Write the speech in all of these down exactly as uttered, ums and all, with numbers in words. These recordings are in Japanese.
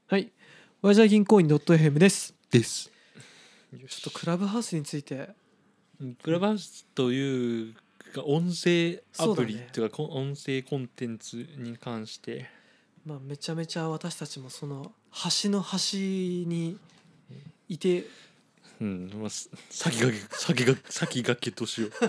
はい、ワイジャー銀行員 .fm ですですちょっとクラブハウスについて。 クラブハウスというか音声アプリそうだねというか音声コンテンツに関して、 まあ、めちゃめちゃ私たちもその端の端にいて、 うんまあ、先駆け先駆け先駆けとしよう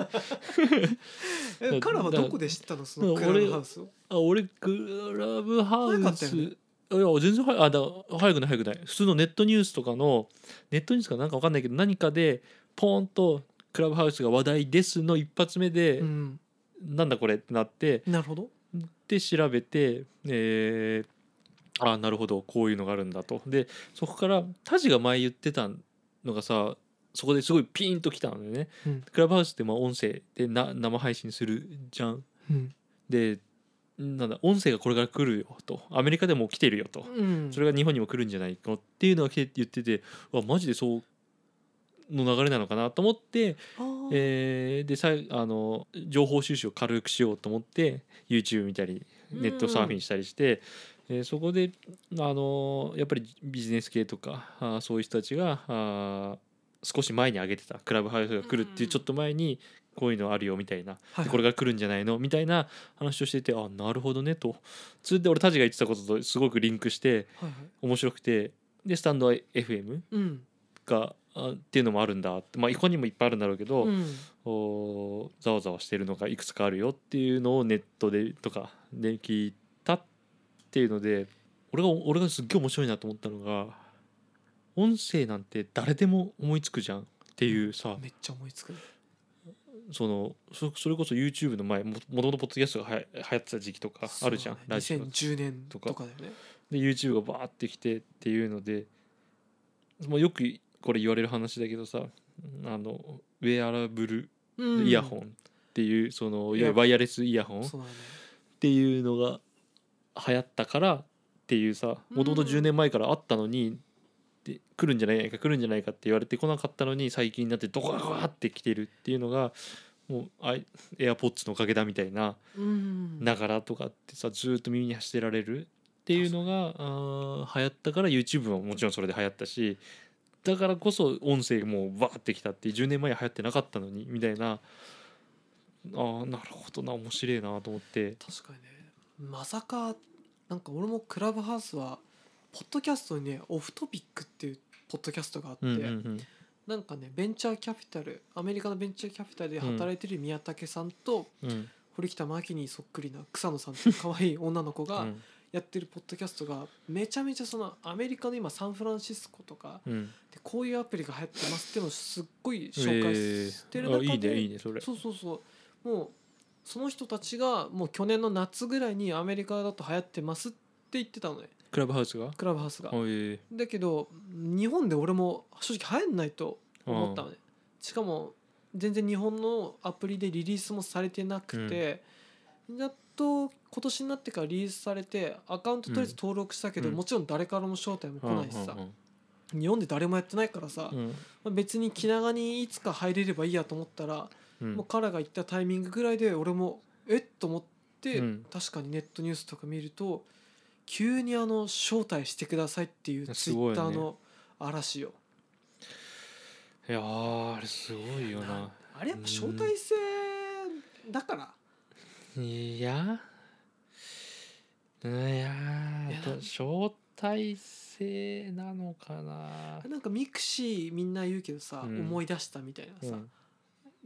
え彼はどこで知ったのそのクラブハウスを。 あ俺クラブハウ早かったス、 よね。 いや全然早あだ早くない早くない普通のネットニュースとかのネットニュースかなんか分かんないけど何かでポーンとクラブハウスが話題ですの一発目で、 うん、 なんだこれってなってなるほど。 で調べて、えー、ああなるほどこういうのがあるんだと。でそこからタジが前言ってたのがさ、そこですごいピーンときたのよね、 うん、 クラブハウスってまあ音声でな生配信するじゃん。 うん、 でなんだ音声がこれから来るよと、アメリカでも来てるよと、 うん、 それが日本にも来るんじゃないかっていうのを言ってて、わマジでそうの流れなのかなと思って、えー、でさあの情報収集を軽くしようと思って YouTube 見たりネットサーフィンしたりして、えー、そこであのやっぱりビジネス系とかあそういう人たちがあ少し前に上げてたクラブハウスが来るっていうちょっと前にこういうのあるよみたいな、 はいはい、 でこれが来るんじゃないのみたいな話をしてて、あなるほどねと。それで俺タジが言ってたこととすごくリンクしてはいはい、 面白くて、でスタンド エフエムうん、 があっていうのもあるんだって、まあ他にもいっぱいあるんだろうけど、 うん、 おざわざわしてるのがいくつかあるよっていうのをネットでとかで聞いたっていうので、俺が俺がすっげえ面白いなと思ったのが、音声なんて誰でも思いつくじゃんっていうさ、 めっちゃ思いつく。 その そ, それこそ YouTube の前 も, もともとポッドキャストがはや流行ってた時期とかあるじゃん、 ね、 ラジオにせんじゅうねんとかだよね。 で YouTube がバーってきてっていうので、もうよくこれ言われる話だけどさ、あのウェアラブルイヤホンっていう、そのいわゆるワイヤレスイヤホンっていうのが流行ったからっていうさ、もともとじゅうねんまえからあったのにで来るんじゃないか来るんじゃないかって言われてこなかったのに、最近になってドカドカってきてるっていうのがもうAirPods のおかげだみたいな、ながらとかってさずっと耳に走ってられるっていうのがあ流行ったから YouTube ももちろんそれで流行ったし、だからこそ音声もバーってきたっていう、じゅうねんまえ流行ってなかったのにみたいな、あなるほどな面白いなと思って。 確かにね。まさかなんか俺もクラブハウスはポッドキャストにね、オフトピックっていうポッドキャストがあって、 うんうんうん、 なんかねベンチャーキャピタルアメリカのベンチャーキャピタルで働いてる宮武さんと、うん、堀北真希にそっくりな草野さんっていう可愛い女の子がやってるポッドキャストがめちゃめちゃそのアメリカの今サンフランシスコとか、うん、でこういうアプリが流行ってますっていうのをすっごい紹介してる中で、えー、いいねいいねそれ。そうそうそうもうその人たちがもう去年の夏ぐらいにアメリカだと流行ってますって言ってたのね、 クラブハウスがクラブハウスが、 えー、 だけど日本で俺も正直流行んないと思ったのね、しかも全然日本のアプリでリリースもされてなくて、うん、やっと今年になってからリリースされてアカウントとりあえず登録したけど、うん、もちろん誰からも招待も来ないしさ、うんうんうん、日本で誰もやってないからさ、うん、別に気長にいつか入れればいいやと思ったら、うん、もう彼が言ったタイミングぐらいで俺もえっと思って、うん、確かにネットニュースとか見ると急にあの招待してくださいっていうツイッターの嵐よ。 いやーあれすごいよな。 あれやっぱ招待制だから、 うん、いやいや招待制なのかな。 なんかミクシーみんな言うけどさ、うん、思い出したみたいなさ、うん、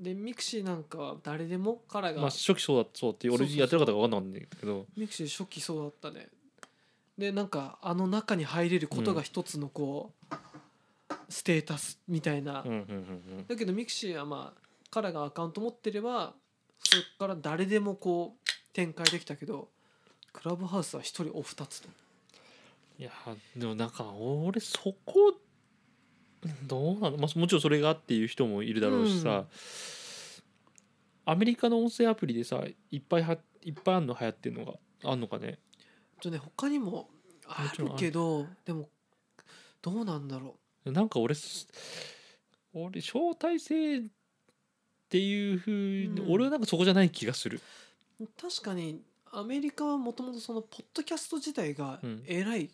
でミクシーなんかは誰でも彼が、 まあ、初期そうだそうって俺やってる方が分かんなかったんだけど、 ミクシー初期そうだったね。でなんかあの中に入れることが一つのこう、うん、ステータスみたいな、うんうんうんうん、だけどミクシーはまあ彼がアカウント持ってればそこから誰でもこう展開できたけど、クラブハウスは一人お二つと。 いやでもなんか俺そこどうなの、まあ、もちろんそれがっていう人もいるだろうしさ、うん、アメリカの音声アプリでさいっぱいはいっぱいあんの流行ってるのがあんのかね。 とね他にもあるけどでもどうなんだろう。なんか俺俺招待制っていう風に、うん、俺はなんかそこじゃない気がする。 確かにアメリカはもともとそのポッドキャスト自体がえらい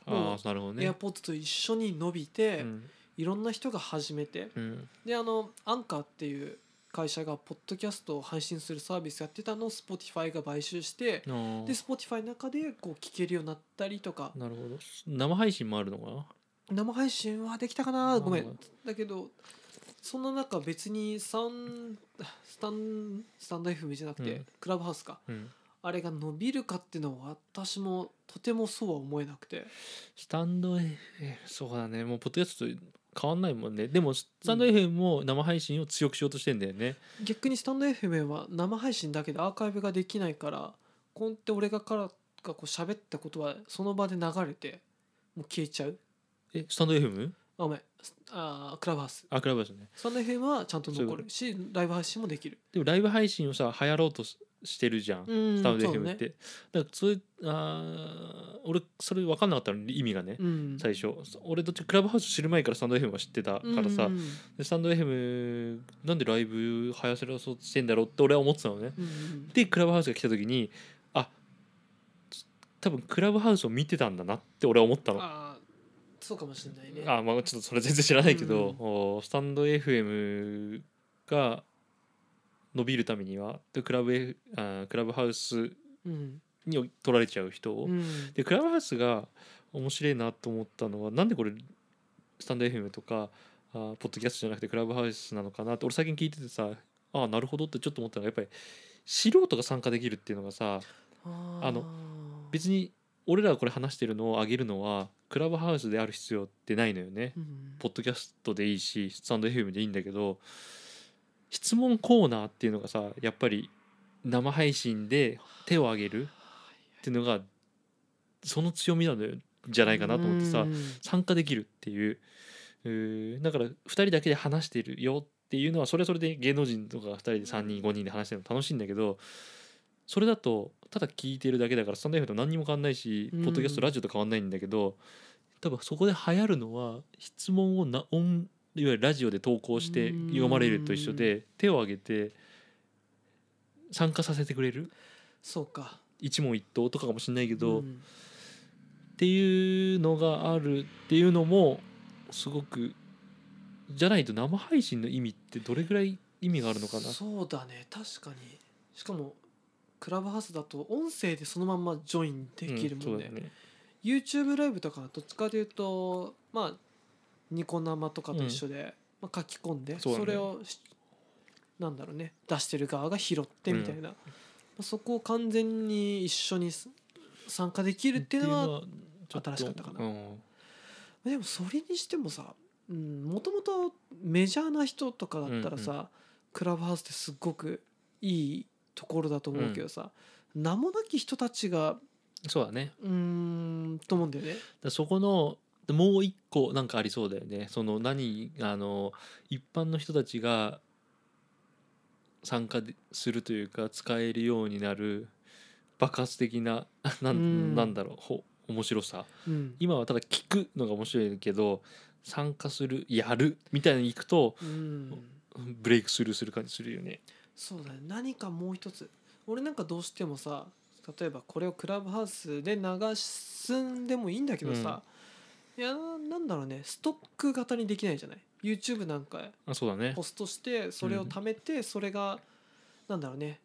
もああなるほどね。 AirPods と一緒に伸びて、 うんいろんな人が始めて、 うんであのアンカーっていう会社がポッドキャストを配信するサービスやってたのを Spotify が買収して、 あーで Spotify の中でこう聞けるようになったりとか。 なるほど。生配信もあるのかな。 生配信はできたかな、ごめあん。だけどその中別にサンスタンスタンド エフエム じゃなくて、 うんクラブハウスか、 うんあれが伸びるかっていうのは私もとてもそうは思えなくて。 スタンド エフエム そうだね、もうポッドキャストと変わんないもんね。でもスタンド エフエム も生配信を強くしようとしてんだよね。 逆にスタンド エフエム は生配信だけでアーカイブができないから、こうやって俺がからがこう喋ったことはその場で流れてもう消えちゃう。 えスタンド エフエム？ あごめんあークラブハウス。 あクラブハウスね。 スタンド エフエム はちゃんと残るしライブ配信もできる。 でもライブ配信をさ流行ろうとししてるじゃん、 うんスタンド エそうフエムねって。だからそれあー俺それ分かんなかったの意味がね、 うん最初。俺どっちクラブハウス知る前からスタンド エフエム は知ってたからさ、 うんでスタンド エフエム なんでライブ流行らせようとしてんだろうって俺は思ってたのね。 うんうんでクラブハウスが来た時にあ多分クラブハウスを見てたんだなって俺は思ったの。ああーそうかもしれないね。 あまあちょっとそれ全然知らないけど、 うんおスタンド エフエム が伸びるためにはでクラブ、F、あクラブハウスうんに取られちゃう人を、 うんでクラブハウスが面白いなと思ったのはなんでこれスタンド エフエム とかあポッドキャストじゃなくてクラブハウスなのかなって俺最近聞いててさああなるほどってちょっと思ったのがやっぱり素人が参加できるっていうのがさああの別に俺らがこれ話してるのを上げるのはクラブハウスである必要ってないのよね。 うんポッドキャストでいいしスタンド エフエム でいいんだけど質問コーナーっていうのがさやっぱり生配信で手を挙げるっていうのがその強みなのよじゃないかなと思ってさうん参加できるっていううーだからふたりだけで話してるよっていうのはそれはそれで芸能人とかふたりでさんにんごにんで話してるの楽しいんだけどそれだとただ聞いてるだけだからスタンド エフエム と何にも変わんないしうんポッドキャストラジオと変わんないんだけど多分そこで流行るのは質問をなオンいわゆるラジオで投稿して読まれると一緒で手を挙げて参加させてくれるそうか一問一答とかかもしれないけど、っうんていうのがあるっていうのもすごくじゃないと生配信の意味ってどれぐらい意味があるのかな。 そうだね確かに。しかもクラブハウスだと音声でそのまんまジョインできるもんね,、 うんそうだね YouTube ライブとかどっちかというとまあニコ生とかと一緒で、まあ、書き込んでそうだねそれをしなんだろうね出してる側が拾ってみたいな、まあそこを完全に一緒にす参加できるっていうのはちょっと新しかったかなうんでもそれにしてもさもともとメジャーな人とかだったらさ、 うんクラブハウスってすっごくいいところだと思うけどさ、名もなき人たちがそうだね。 うーんと思うんだよね。 だからそこのもう一個なんかありそうだよね。その何あの一般の人たちが参加するというか使えるようになる爆発的ななうんんなんだろうほ面白さ。 うん今はただ聞くのが面白いけど参加するやるみたいにいくとうんブレイクスルーする感じするよね。 そうだね。何かもう一つ俺なんかどうしてもさ例えばこれをクラブハウスで流すんでもいいんだけどさ、いやなんだろうねストック型にできないじゃない。 YouTube なんかあそうだねポ。ストしてそれを貯めてそれがなんだろうね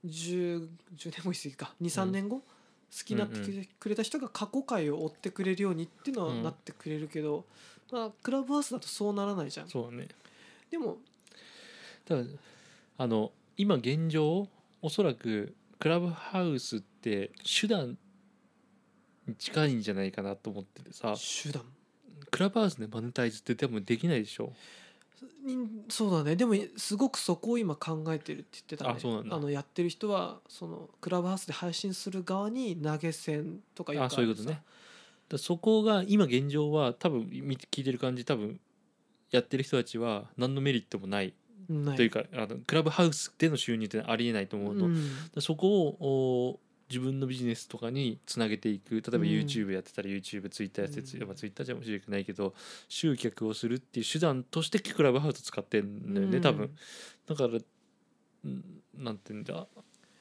10, 10年後過ぎかにさんねんご、好きになってくれくれた人が過去回を追ってくれるようにっていうのはうんなってくれるけど、まあ、クラブハウスだとそうならないじゃん。 そうだね。 でもただあの今現状おそらくクラブハウスって手段に近いんじゃないかなと思っててさ手段クラブハウスでマネタイズって多分できないでしょ。 にそうだね。でもすごくそこを今考えてるって言ってたね。 あそうなんだあのやってる人はそのクラブハウスで配信する側に投げ銭とかよくあるさあそういうことね。だからそこが今現状は多分見て聞いてる感じ多分やってる人たちは何のメリットもないないというかあのクラブハウスでの収入ってありえないと思うと、 うんだからそこをお自分のビジネスとかにつなげていく。例えばうん YouTube やってたら YouTube、Twitter やってたら、 うんまあ、Twitter じゃ面白くないけど集客をするっていう手段としてクラブハウス使ってんだよね、 うん多分。だからんなんていうんだ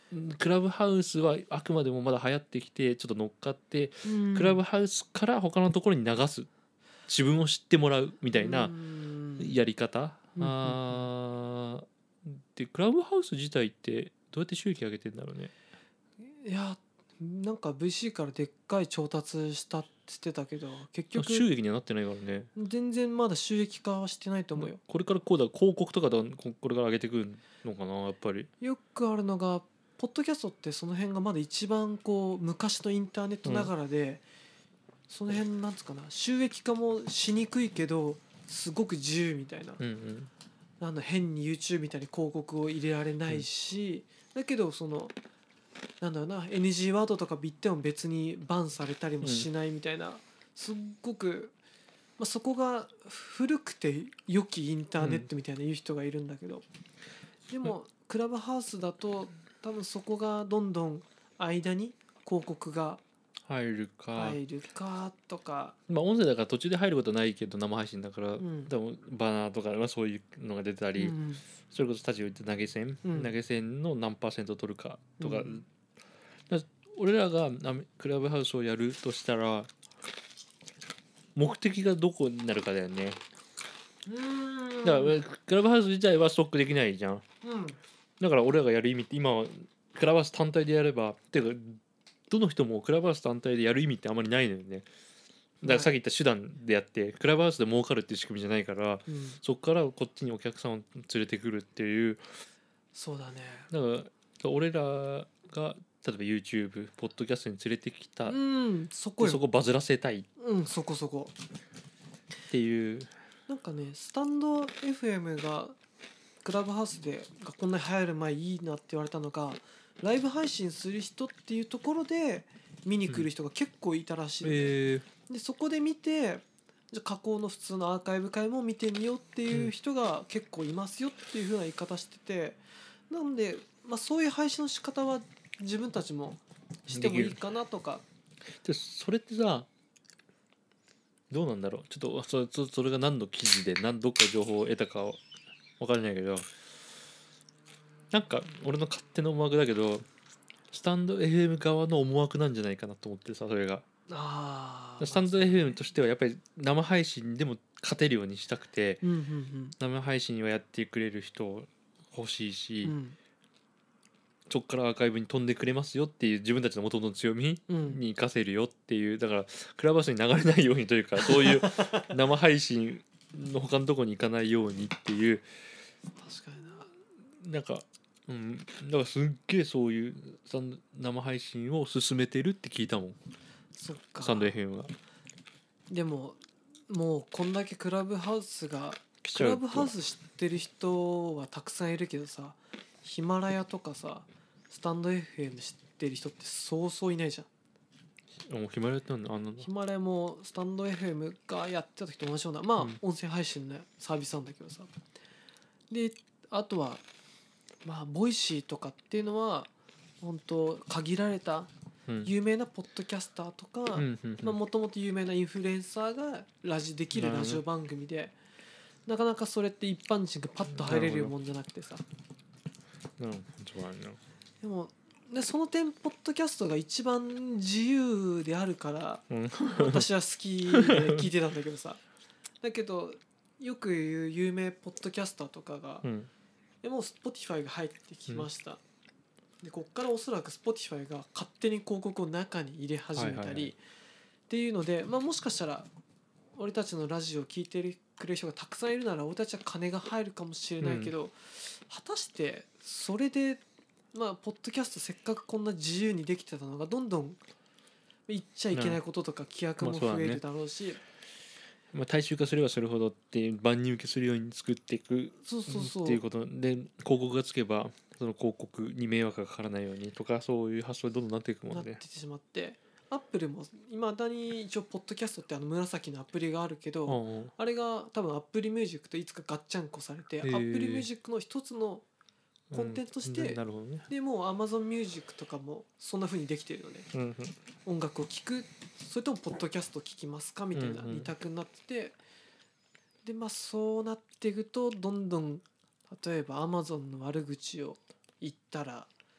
クラブハウスはあくまでもまだ流行ってきてちょっと乗っかって、 うんクラブハウスから他のところに流す、自分を知ってもらうみたいなうんやり方、 うんあーでクラブハウス自体ってどうやって収益上げてんだろうね。 いやなんか ブイシー からでっかい調達したって言ってたけど結局収益にはなってないからね。 全然まだ収益化はしてないと思うよ。 これからこうだ広告とかだここれから上げてくるのかなやっぱり。 よくあるのがポッドキャストってその辺がまだ一番こう昔のインターネットながらで、その辺なんつうかな収益化もしにくいけどすごく自由みたいな、 うんうんあの変に YouTube みたいに広告を入れられないし、だけどそのなんだろうな エヌジー ワードとか言っても別にバンされたりもしないみたいな、すっごく、まあ、そこが古くて良きインターネットみたいな言う人がいるんだけど、でもクラブハウスだと多分そこがどんどん間に広告が入るか、 入るかとか、 まあ音声だから途中で入ることはないけど生配信だから、 ん多分バナーとかはそういうのが出たり、 うんそれこそタジオ言って投げ銭、 うん投げ銭の何パーセント取るかとか、 うんだ俺らがあクラブハウスをやるとしたら目的がどこになるかだよね。 うんだからクラブハウス自体はストックできないじゃん。 うんだから俺らがやる意味って今はクラブハウス単体でやればていうかどの人もクラブハウス単体でやる意味ってあんまりないのよね。だからさっき言った手段でやってクラブハウスで儲かるっていう仕組みじゃないから、 うんそこからこっちにお客さんを連れてくるっていう。 そうだね。 だから俺らが例えば YouTube ポッドキャストに連れてきた、 うんそこよ。 でそこバズらせたいっうんそこそこ。 ていう。 なんかねスタンド エフエム がクラブハウスでがこんなに流行る前いいなって言われたのがライブ配信する人っていうところで見に来る人が結構いたらしいのね、 えー、 でそこで見てじゃ加工の普通のアーカイブ回も見てみようっていう人が結構いますよっていう風な言い方してて、なんで、まあ、そういう配信の仕方は自分たちもしてもいいかなとか。 でそれってさどうなんだろう、ちょっとそそれが何の記事で何どっか情報を得たかは分からないけど、なんか俺の勝手な思惑だけどスタンド エフエム 側の思惑なんじゃないかなと思ってさ、それがあスタンド エフエム としてはやっぱり生配信でも勝てるようにしたくて、 うんうん生配信をやってくれる人欲しいし、 うんうんそこからアーカイブに飛んでくれますよっていう自分たちの元々の強みうんに生かせるよっていう、だからクラブハウスに流れないようにというかそういう生配信の他のとこに行かないようにっていう、 確かにな。 なんか、うん、だからすっげえそういうサン生配信を進めてるって聞いたもん、 そっか。 サンド エフエム がでももうこんだけクラブハウスがク来ちゃうと。 ラブハウス知ってる人はたくさんいるけどさ、ヒマラヤとかさスタンド エフエム 知ってる人ってそうそういないじゃん。 もう決まりやったんだあんなの。 ヒマラヤもスタンド エフエム がやってた時と同じようなまあ、 うん音声配信のサービスなんだけどさ、であとはまあボイシーとかっていうのは本当限られたうん有名なポッドキャスターとか、 うんうんうんまあもともと有名なインフルエンサーがラジできるラジオ番組で、なかなかそれって一般人がパッと入れるもんじゃなくてさ、 うんそうだね。 でもでその点ポッドキャストが一番自由であるからうん私は好きで聞いてたんだけどさだけどよく言う有名ポッドキャスターとかが、 うんえもう Spotify が入ってきました、でこっからおそらく Spotify が勝手に広告を中に入れ始めたり、 はいはいはいっていうので、まあ、もしかしたら俺たちのラジオを聞いてくれる人がたくさんいるなら俺たちは金が入るかもしれないけど、果たしてそれでまあポッドキャストせっかくこんな自由にできてたのがどんどん言っちゃいけないこととか規約も増えるだろうし、 まあ、大衆化すればするほどって万人受けするように作っていくそうそうそうっていうことで、広告がつけばその広告に迷惑がかからないようにとかそういう発想でどんどんなっていくもなってんね。 てしまってアップルもいまだに一応ポッドキャストってあの紫のアプリがあるけど、 うんうんあれが多分アップルミュージックといつかガッチャンコされてアへーップルミュージックの一つのコンテンツとして、 うんなるほどね。 でもう Amazon ミュージックとかもそんな風にできてるよね。 うんうん音楽を聴くそれともポッドキャストを聴きますかみたいなうんうん二択になってて、でまあそうなっていくとどんどん例えば Amazon の悪口を言ったら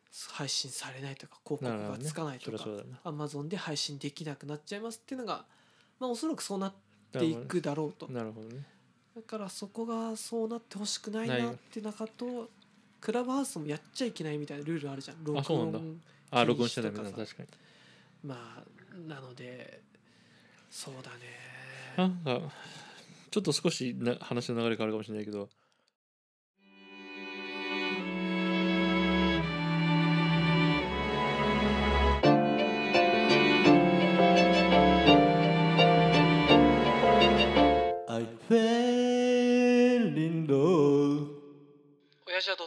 配信されないとか広告がつかないとか、 ね、 Amazon で配信できなくなっちゃいますっていうのが、まあ、おそらくそうなっていくだろうと。 なるほどね。 だからそこがそうなってほしくないなって中と、クラブハウスもやっちゃいけないみたいなルールあるじゃん。録音あ、録音しちゃダメだ。確かに。 まあなのでそうだね。 なんかちょっと少しな話の流れ変わるかもしれないけど、I fell in love。 親父は .fm。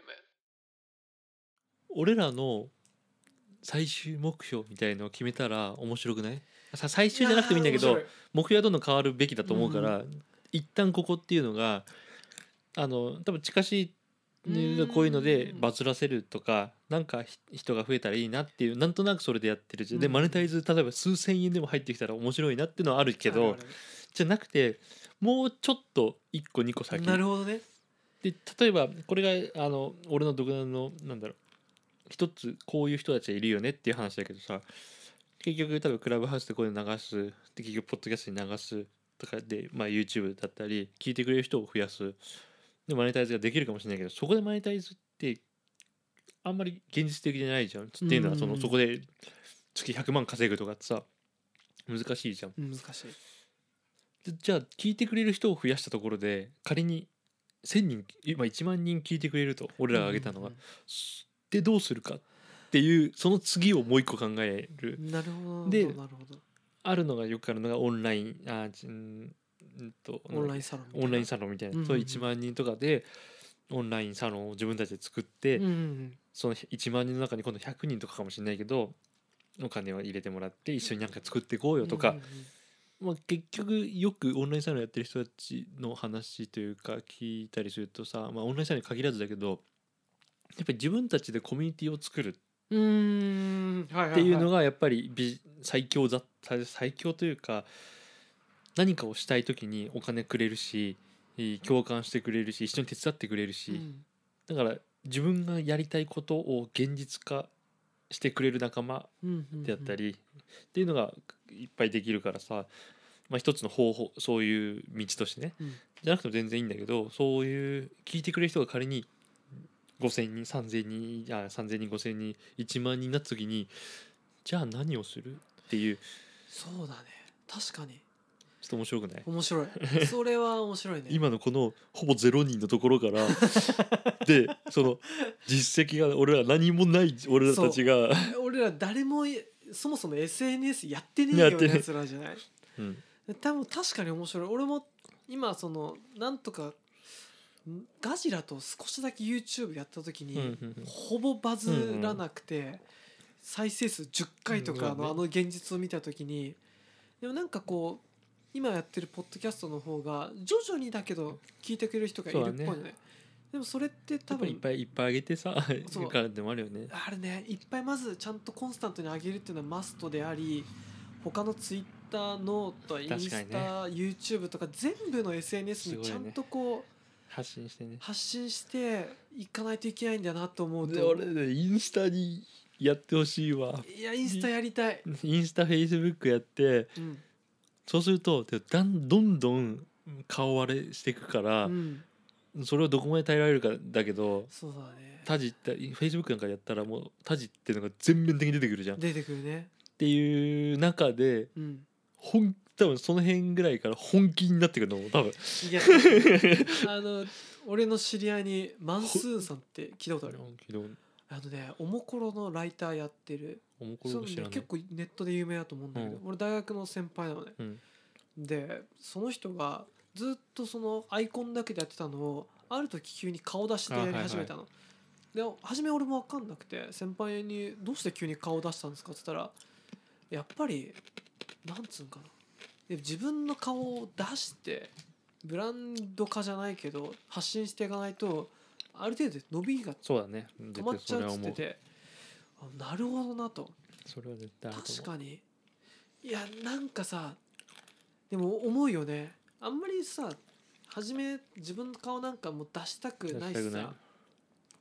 俺らの最終目標みたいのを決めたら面白くない？さ最終じゃなくてもいいんだけど、目標はどんどん変わるべきだと思うから、うん、一旦ここっていうのがあの多分近しいこういうのでバズらせるとか、なんか人が増えたらいいなっていう、なんとなくそれでやってる。でマネタイズ例えば数千円でも入ってきたら面白いなっていうのはあるけど、じゃなくてもうちょっといっこにこ先。 なるほどね。 で例えばこれがあの俺の独断のなんだろう、一つこういう人たちがいるよねっていう話だけどさ、結局多分クラブハウスでこういうの流すで、結局ポッドキャストに流すとかで、まあ、YouTube だったり聞いてくれる人を増やすでマネタイズができるかもしれないけど、そこでマネタイズってあんまり現実的じゃないじゃん。っていうのはそのそこで月ひゃくまん稼ぐとかってさ難しいじゃん。 難しい。じゃあ聞いてくれる人を増やしたところで仮にせんにん今いちまんにん聞いてくれると、俺らが挙げたのは、うんうんうん、でどうするかっていうその次をもう一個考える。 なるほど。 でなるほど。 あるのがよくあるのがオンラインあんとオンラインサロンオンラインサロンみたいな、うんうんうん、そういちまんにんとかでオンラインサロンを自分たちで作って、うんうん、そのいちまんにんの中に今度ひゃくにんとかかもしれないけどお金を入れてもらって一緒になんか作っていこうよとか、うんうんうん、まあ、結局よくオンラインサロンやってる人たちの話というか聞いたりするとさ、まあ、オンラインサロンに限らずだけどやっぱり自分たちでコミュニティを作るうーん、はいはいはい、 っていうのがやっぱり最強だった最強というか、何かをしたい時にお金くれるし共感してくれるし一緒に手伝ってくれるし、うん、だから自分がやりたいことを現実化してくれる仲間であったり、うんうんうん、っていうのがいっぱいできるからさ、まあ、一つの方法そういう道としてね、うん、じゃなくても全然いいんだけど、そういう聞いてくれる人が仮にごせんにんさんぜんにんあさんぜんにんごせんにんいちまんにんになった時にじゃあ何をするっていう。 そうだね、確かにちょっと面白くない？ 面白いそれは面白いね今のこのほぼゼロにんのところからでその実績が俺ら何もない俺らたちが俺ら誰もそもそも エスエヌエス やってねえようなやつらじゃない、うん、多分確かに面白い。俺も今そのなんとかガジラと少しだけ YouTube やった時に、うんうんうん、ほぼバズらなくて、うんうん、再生数じゅっかいとかのあの現実を見た時に、でもなんかこう今やってるポッドキャストの方が徐々にだけど聞いてくれる人がいるっぽいの ね, ねでもそれって多分いっぱいいっぱい上げてさからでもあるよね。 あれね、いっぱいまずちゃんとコンスタントに上げるっていうのはマストであり、他の Twitter、ノート、インスタ、ね、YouTube とか全部の エスエヌエス にちゃんとこう、ね、 発信してね発信していかないといけないんだなと思うと、 で俺ねインスタにやってほしいわ。 いやインスタやりたい。 インスタフェイスブックやって、うん、そうするとだんどんどん顔割れしていくから、うん、それをどこまで耐えられるかだけど、 そうだね、 タジってフェイスブックなんかやったらもうタジっていうのが全面的に出てくるじゃん。 出てくるねっていう中で、うん、本多分その辺ぐらいから本気になってくるのも多分いやあの俺の知り合いにマンスーンさんって聞いたことある？あのね、おもころのライターやってる、 おもころ知らない、 結構ネットで有名だと思うんだけど、うん、俺大学の先輩なのね、うん、でその人がずっとそのアイコンだけでやってたのをある時急に顔出しでやり始めたの、はいはい、で初め俺も分かんなくて先輩にどうして急に顔出したんですかって言ったら、やっぱりなんつうんかな、で自分の顔を出してブランド化じゃないけど発信していかないとある程度伸びが止まっちゃうって言ってて、あ、なるほどなと。 それは絶対あると思う。 確かに。いやなんかさ、でも思うよね、あんまりさ初め自分の顔なんかも出したくないしさ、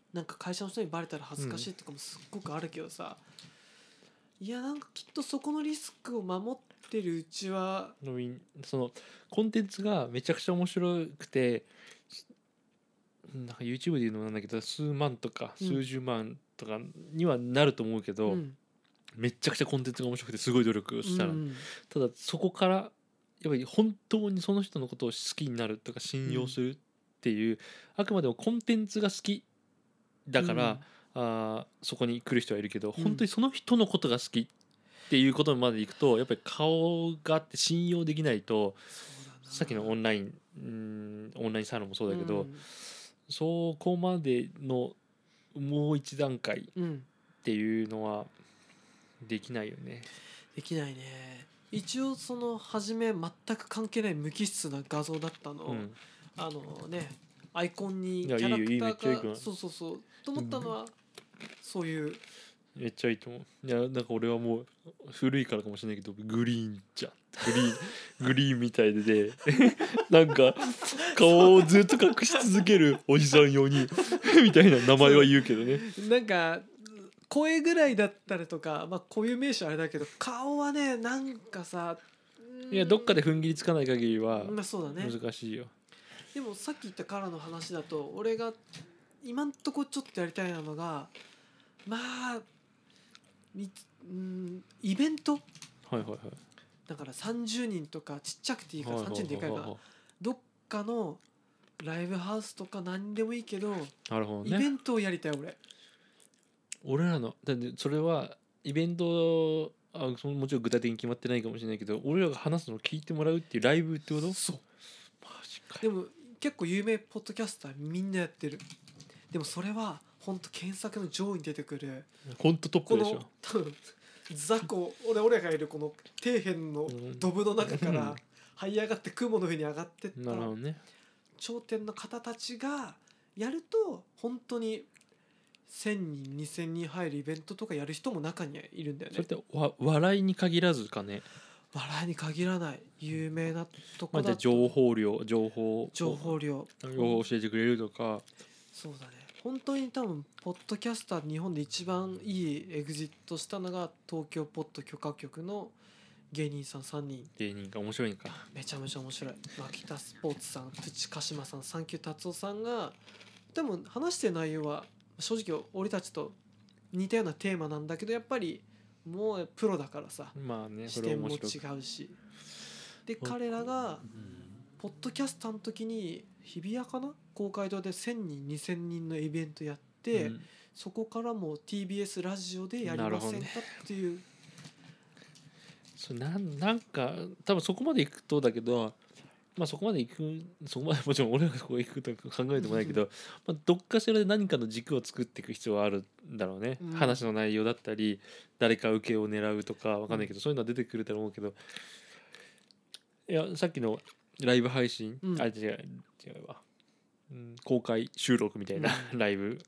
なんか会社の人にバレたら恥ずかしいとかもすっごくあるけどさ、いやなんかきっとそこのリスクを守ってるうちはのみんそのコンテンツがめちゃくちゃ面白くて、なんか YouTube で言うのもなんだけど数万とかうん数十万とかにはなると思うけど、 うんめっちゃくちゃコンテンツが面白くてすごい努力をしたら、 うんただそこからやっぱり本当にその人のことを好きになるとか信用するっていう、あくまでもコンテンツが好きだから、あーそこに来る人はいるけど、 うん本当にその人のことが好きっていうことまでいくとやっぱり顔があって信用できないと、 そうだなさっきのオンラインうんオンラインサロンもそうだけど、 うんそこまでのもう一段階っうんていうのはできないよね。 できないね。一応その初め全く関係ない無機質な画像だったの、 うんあのねアイコンにいやキャラクいいよいいめっちゃいいターがと思うそうそうそうと思ったのは、そういうめっちゃいいと思う。いやなんか俺はもう古いからかもしれないけどグリーンじゃんグリーングリーンみたいででなんか顔をずっと隠し続けるおじさん用にみたいな名前は言うけどね。 なんか声ぐらいだったりとか、まあ固有名詞あれだけど顔はねなんかさいやどっかで踏ん切りつかない限りはまあそうだね。 難しいよ。 でもさっき言ったからの話だと俺が今んとこちょっとやりたいのがまあみうんイベントはいはいはい。 だからさんじゅうにんとかちっちゃくていいからはいはいはいさんじゅうにんでかいからどっかのライブハウスとか何でもいいけどなるほどイベね。 ントをやりたい俺。 俺らのだってそれはイベントあそのもちろん具体的に決まってないかもしれないけど俺らが話すのを聞いてもらうっていうライブってことそうマジかよ。 でも結構有名ポッドキャスターみんなやってる。でもそれは本当検索の上位に出てくるほんとトッこプでしょの。多分雑魚俺俺がいるこの底辺のドブの中から這い上がって雲の上に上がってったなるほどね。 頂点の方たちがやると本当にせんにんにせんにん入るイベントとかやる人も中にはいるんだよね。 それってわ笑いに限らずかね。 笑いに限らない有名なとまあ、じゃあこだと情報量情報を情報量を教えてくれるとか。 そうだね本当に多分ポッドキャスター日本で一番いいエグジットしたのが東京ポッド許可局の芸人さんさんにん芸人が面白いんか。 めちゃめちゃ面白い牧田スポーツさんプチ鹿島さんサンキュー達夫さんがでも話してる内容は正直俺たちと似たようなテーマなんだけどやっぱりもうプロだからさまあねそ視点もれは面白い。 違うしで彼らがうんポッドキャスターの時に日比谷かな公会堂でせんにんにせんにんのイベントやって、 うんそこからも ティービーエス ラジオでやりませんかっていう、 それなんなんか多分そこまで行くとだけど、まあ、そこまで行くそこまでもちろん俺がここ行くとか考えてもないけど、まあ、どっかしらで何かの軸を作っていく必要はあるんだろうね、 うん話の内容だったり誰か受けを狙うとかわかんないけど、そういうのは出てくると思うけど、いやさっきのライブ配信、 うんあ違う違うわ、うん、公開収録みたいな、 うライブ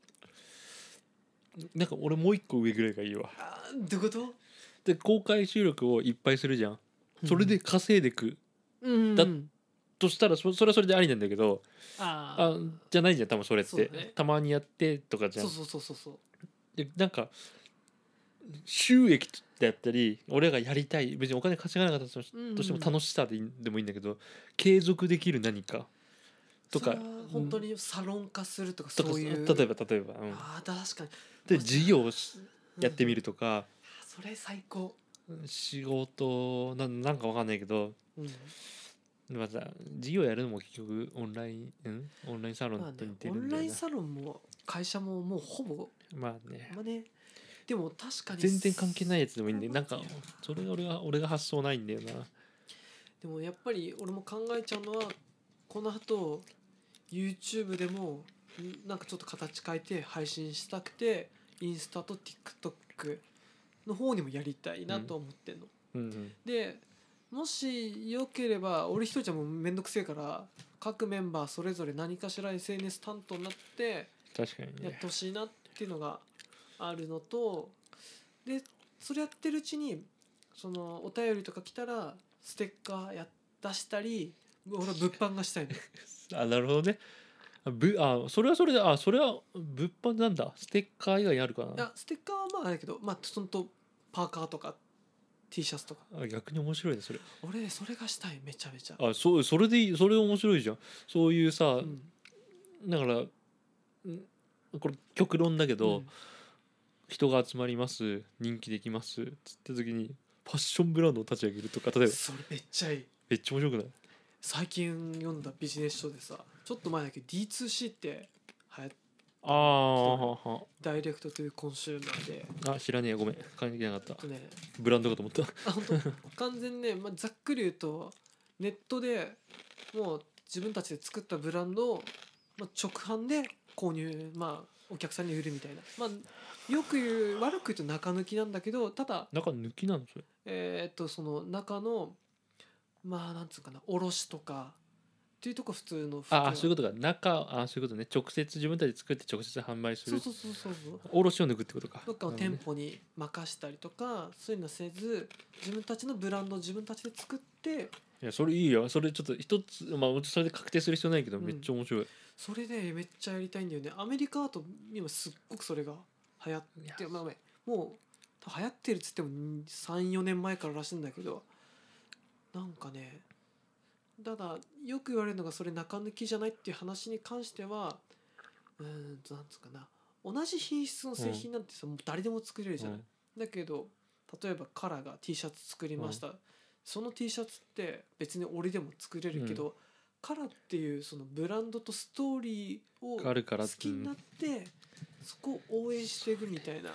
なんか俺もう一個上ぐらいがいいわ。 あーどういうことで公開収録をいっぱいするじゃん、それで稼いでくうんだとしたらそそれはそれでありなんだけど、 ああじゃないじゃん多分それって、 そうだねたまにやってとかじゃん。 そうそうそうそうそうでなんか収益であったり俺がやりたい別にお金稼がなかったとしうんとしても楽しさでいいでもいいんだけど継続できる何かとかそれは本当にサロン化するとかとかそういう例えば例えば、うん、 ああ確かにで事業をしやってみるとか、 それ最高仕事なんなんかわかんないけどうんまた事業やるのも結局オンライン、うん、オンラインサロンと似まあねてるんだよな。 オンラインサロンも会社ももうほぼまあねまあねでも確かに全然関係ないやつでもいいんでなんかそれが俺が俺が発想ないんだよな。 でもやっぱり俺も考えちゃうのはこの後 YouTube でもんなんかちょっと形変えて配信したくてインスタと TikTok の方にもやりたいなと思ってんの、 うんうんでもしよければ俺一人じゃもうめんどくせえから各メンバーそれぞれ何かしら エスエヌエス 担当になって確かにねやってほしいなっていうのがあるのとでそれやってるうちにそのお便りとか来たらステッカーや出したり俺は物販がしたいのあなるほどね。 あぶあそれはそれであそれは物販なんだ。ステッカー以外あるかいな。 やステッカーはまああれだけどまあそのとパーカーとか T シャツとかあ逆に面白いねそれ。 俺ねそれがしたいめちゃめちゃあそうそれでいいそれ面白いじゃん。そういうさ、 うんだからんこれ極論だけど、 うん人が集まります人気できますっつった時にファッションブランドを立ち上げるとか例えばそれめっちゃいいめっちゃ面白くない？ 最近読んだビジネス書でさちょっと前だけど ディーツーシー って流行っああははダイレクトトゥーコンシューマーであ知らねえごめん関係なかった。 とねブランドかと思った。 あ本当完全にね、まあ、ざっくり言うとネットでもう自分たちで作ったブランドを、まあ、直販で購入まあお客さんに売るみたいな、まあ、よく言う悪く言うと中抜きなんだけどただ中抜きなのそれ。 えーっとその中のまあなんつうかな卸とかっていうとこ普通の服ああそういうことか中あそういうことね直接自分たちで作って直接販売するそうそうそうそうそう卸を抜くってことか。 どっかのなるほどね店舗に任したりとかそういうのせず自分たちのブランドを自分たちで作っていやそれいいよそれちょっと一つまあもちろんそれで確定する必要ないけど、 うんめっちゃ面白い。 それでめっちゃやりたいんだよねアメリカだと今すっごくそれが流行ってまあごめんもう流行ってるっつってもさんよねんまえかららしいんだけどなんかねただよく言われるのがそれ中抜きじゃないっていう話に関してはうーんとなんつうかな同じ品質の製品なんてさ、もう誰でも作れるじゃない、だけど例えばカラーが T シャツ作りました、その T シャツって別に俺でも作れるけど、カラーっていうそのブランドとストーリーをあるから好きになってそこを応援していくみたいな、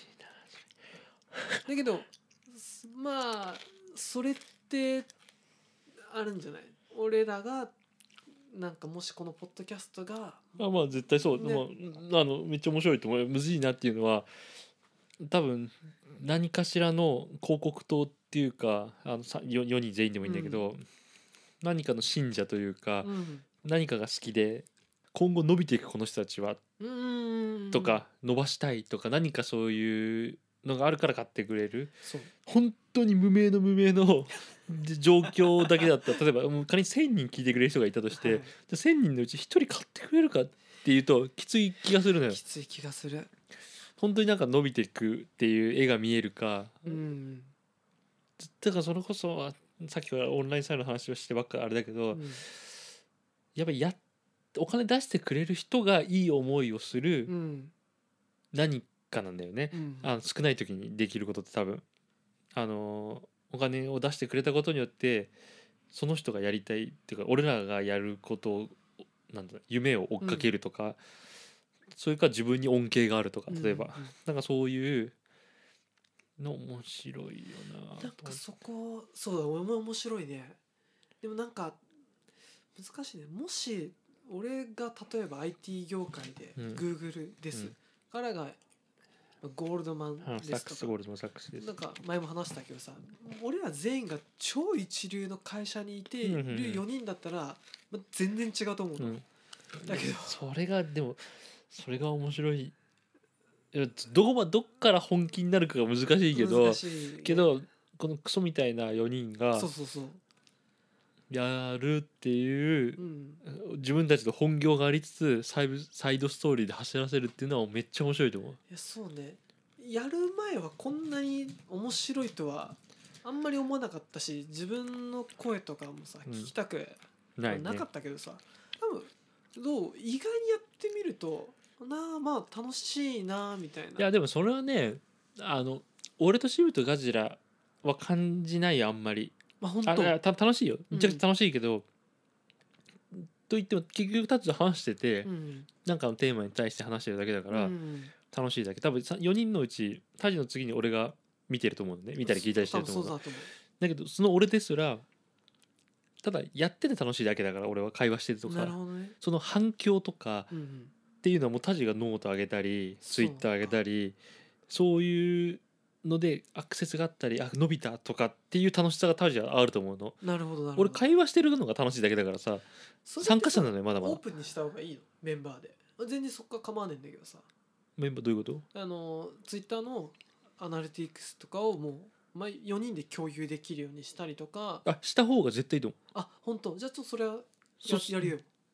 だけどまあそれってあるんじゃない俺らがなんかもしこのポッドキャストがあまあ絶対そう、 ねまあ、あのめっちゃ面白いと思う。むずいなっていうのは多分何かしらの広告塔っていうかあのさよよにん全員でもいいんだけど、何かの信者というか、 うん何かが好きで今後伸びていくこの人たちはうーんとか伸ばしたいとか何かそういうのがあるから買ってくれるそう本当に無名の無名の状況だけだったら例えばもう仮にせんにん聞いてくれる人がいたとして、 はいじゃあせんにんのうちひとり買ってくれるかっていうときつい気がするのよき。つい気がする本当になんか伸びていくっていう絵が見えるか、 うんだからそれこそさっきからオンラインサイトの話をしてばっかあれだけど、 うんやっぱりやお金出してくれる人がいい思いをするうん何かなんだよね。 うんあの少ない時にできることって多分あのお金を出してくれたことによってその人がやりたいっていうか俺らがやることをなんだ夢を追っかけるとか、それか自分に恩恵があるとか例えば、 うんうんなんかそういうの面白いよななんかそこそうだ俺も面白いねでもなんか難しいねもし俺が例えば アイティー 業界でうん Google です、 うん彼がゴールドマンあサッですとかクスゴールドもサックスです。 なんか前も話したけどさ俺ら全員が超一流の会社にいていうんうんうんるよにんだったら、まあ、全然違うと思うの、 うん、 だけどそれがでもそれが面白い。いやどこまどっから本気になるかが難しいけど難しいねけどこのクソみたいなよにんがそうそうそう、 やるっていううん、 自分たちの本業がありつつサイブサイドストーリーで走らせるっていうのはめっちゃ面白いと思う。 いやそうねやる前はこんなに面白いとはあんまり思わなかったし自分の声とかもさうん聞きたくないねなかったけどさ、多分どう意外にやってみるとなあまあ楽しいなみたいな。 いやでもそれはねあの俺とシブとガジラは感じないよあんまり。 まあ本当あいやた楽しいよめちゃくちゃ楽しいけど、と言っても結局タッチと話してて、 うんなんかのテーマに対して話してるだけだから、 うん楽しいだけ多分さよにんのうちタジの次に俺が見てると思うのね見たり聞いたりしてると思うの多分そうだと思だけどその俺ですらただやってて楽しいだけだから俺は会話してるとう。なるかほどね。 その反響とかうんうんっていうのはもうタジがノート上げたりそうツイッター上げたりそういうのでアクセスがあったりあ伸びたとかっていう楽しさがタジはあると思うの。 なるほどなるほど。 俺会話してるのが楽しいだけだからさそれってさ参加者なのよまだまだオープンにした方がいいのメンバーで。全然そこは構わねえんだけどさ。 メンバーどういうこと？ あのツイッターのアナリティクスとかをもう、まあ、よにんで共有できるようにしたりとか。 あした方が絶対いいと思う。 あ本当じゃあちょっとそれはやそしやるよ。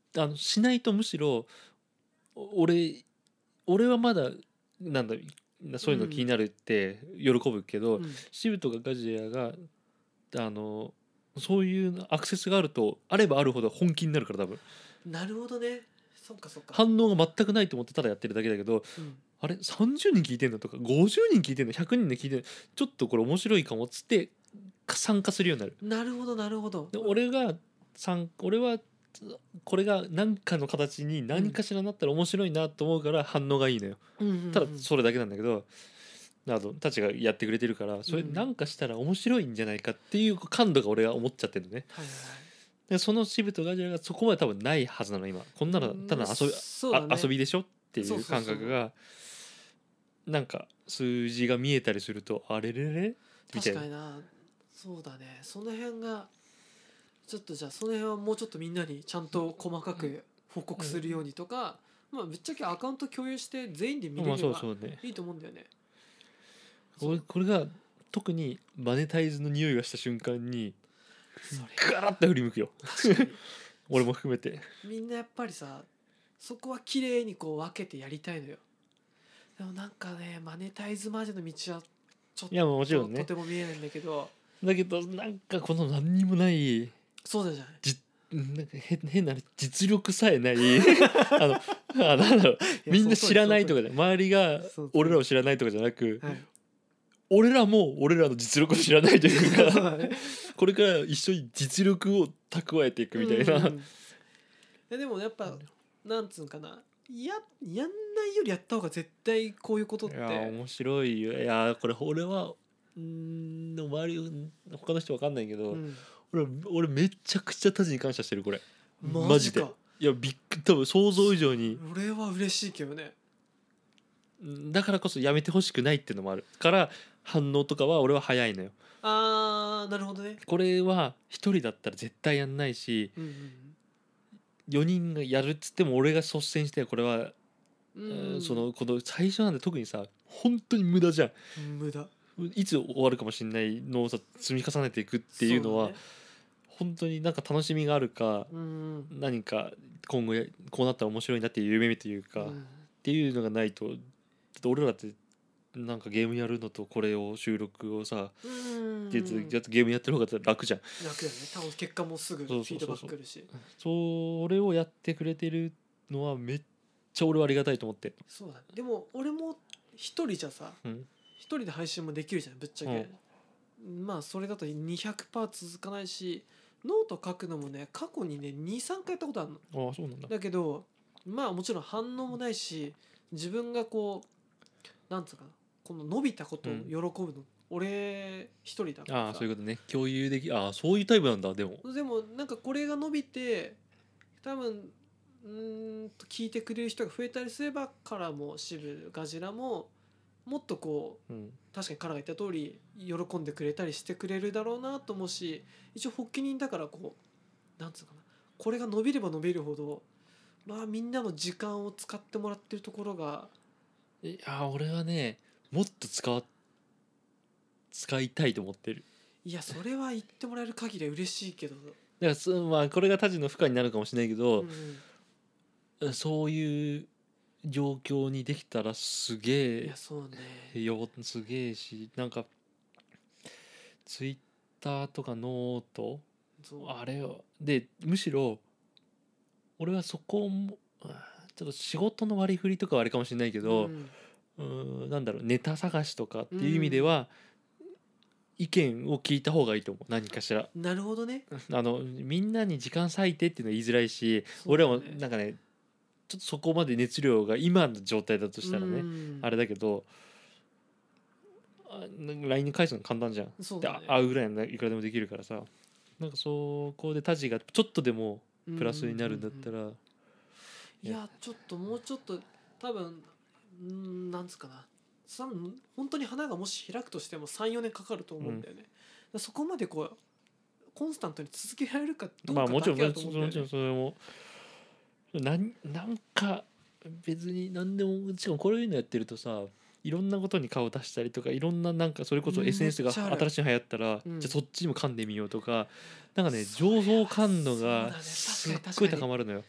あのしないとむしろお俺俺はまだなんだそういうの気になるって喜ぶけど、 うんシブとかガジラがあのそういうアクセスがあるとあればあるほど本気になるから多分なるほどね。そっかそっか。 反応が全くないと思ってただやってるだけだけど、 うんあれさんじゅうにん聞いてんのとかごじゅうにん聞いてんのひゃくにんで聞いてんのちょっとこれ面白いかもっつって参加するようになる。 なるほどなるほど。 で俺が参俺はこれが何かの形に何かしらなったら面白いなと思うから反応がいいのよ。 うんうんうんただそれだけなんだけど、あとたちがやってくれてるからそれうんなんかしたら面白いんじゃないかっていう感度が俺が思っちゃってるのね。 はいはいでそのシブとガジラがそこまで多分ないはずなの今。こんなのただ遊び、 そうだねあ遊びでしょっていうそうそうそう感覚がなんか数字が見えたりするとあれれれみたいな確かにな。そうだね。その辺がちょっとじゃあその辺はもうちょっとみんなにちゃんと細かく報告するようにとか、まあぶっちゃけアカウント共有して全員で見まあそうれればそうね。 いいと思うんだよね。 これこれが特にマネタイズの匂いがした瞬間にそれガラッと振り向くよ確かに俺も含めて。 みんなやっぱりさそこは綺麗にこう分けてやりたいのよ。でもなんかねマネタイズまでの道はちょっいやもちろんねととても見えないんだけど、 だけどなんかこの何にもないそうだじゃない。 じなんか変変な実力さえないあのあなんだろうみんな知らないとかじゃ周りがそう俺らを知らないとかじゃなくはい俺らも俺らの実力を知らないというかそうだねこれから一緒に実力を蓄えていくみたいな、 うんいやでもやっぱなんつうんかなややんないよりやった方が絶対こういうことっいてや面白いよ。いやこれ俺はうーんの周り他の人わかんないけど、 うん俺俺めちゃくちゃタジに感謝してるこれマジか。 いやびっく多分想像以上に俺は嬉しいけどね。 だからこそやめてほしくないっていうのもあるから反応とかは俺は早いのよ。 あーなるほどね。 これは一人だったら絶対やんないしうんよにんがやるっつっても俺が率先してこれは、 うんうんうんそのこの最初なんで特にさ本当に無駄じゃん。 無駄っいつ終わるかもしれないのをさ積み重ねていくっていうのは本当になんか楽しみがあるかうんうん何か今後やこうなったら面白いなっていう夢見というか、っうんていうのがないとだって俺らってなんかゲームやるのとこれを収録をさ、 うんでやってゲームやってる方が楽じゃん。 楽だよね。多分結果もすぐフィードバック来るし。 それをやってくれてるのはめっちゃ俺はありがたいと思って。 そうだね。でも俺も一人じゃさうん一人で配信もできるじゃんぶっちゃけ、まあそれだと にひゃくパーセント 続かないしノート書くのもね過去にね にさんかいやったことあるの。 ああそうなんだ。 だけどまあもちろん反応もないし自分がこうなんつうかなこの伸びたことを喜ぶの、俺一人だからさ。 ああそういうことね共有できああそういうタイプなんだでも。 でもなんかこれが伸びて多分うーんと聞いてくれる人が増えたりすればカラもシブガジラももっとこううん確かにカラが言った通り喜んでくれたりしてくれるだろうなと思うし一応発起人だからこうなんつうかなこれが伸びれば伸びるほどまあみんなの時間を使ってもらってるところがいや俺はねもっと使わ使いたいと思ってる。 いやそれは言ってもらえる限りは嬉しいけど、 だからそまあこれがタジの負荷になるかもしれないけうどん、 そういう状況にできたらすげいやえそうねよすげえしなんかツイッターとかノートそうあれよでむしろ俺はそこもあーちょっと仕事の割り振りとかはあれかもしれないけど、 うんうーんなんだろうネタ探しとかっていう意味では、意見を聞いた方がいいと思う何かしら。 なるほどね。 あのみんなに時間割いてっていうのは言いづらいし、俺らもそうだねなんかねちょっとそこまで熱量が今の状態だとしたらね、 うんあれだけどあ ライン に返すの簡単じゃん。でそうだね会うぐらいないくらでもできるからさなんかそこでタジがちょっとでもプラスになるんだったら、 いやちょっともうちょっと多分うんなんつうかなさん本当に花がもし開くとしても さん,よ 年かかると思うんだよね、だからそこまでこうコンスタントに続けられるかどうかまあもちろんだけだと思うんだよね、 もちろんそれもなんなんか別に何でもしかもこういうのやってるとさいろんなことに顔を出したりとかいろんななんかそれこそ エスエヌエス がめっちゃある新しいの流行ったら、 うんじゃあそっちにも噛んでみようとかなんかねそれは情報感度がそうだねすっ確かに確かにごい高まるのよ。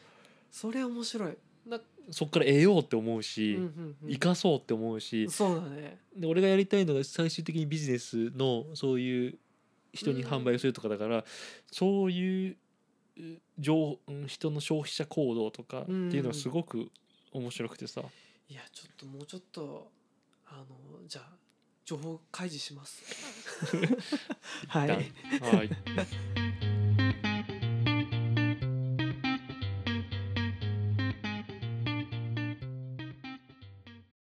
それ面白いな。 そっから得ようって思うし、 うんうんうん生かそうって思うし、 そうだね。 で俺がやりたいのが最終的にビジネスのそういう人に販売をするとかだから、そういうう情うん人の消費者行動とかっていうのがすごく面白くてさ、 いやちょっともうちょっとあのじゃあ情報開示します。はい。 はい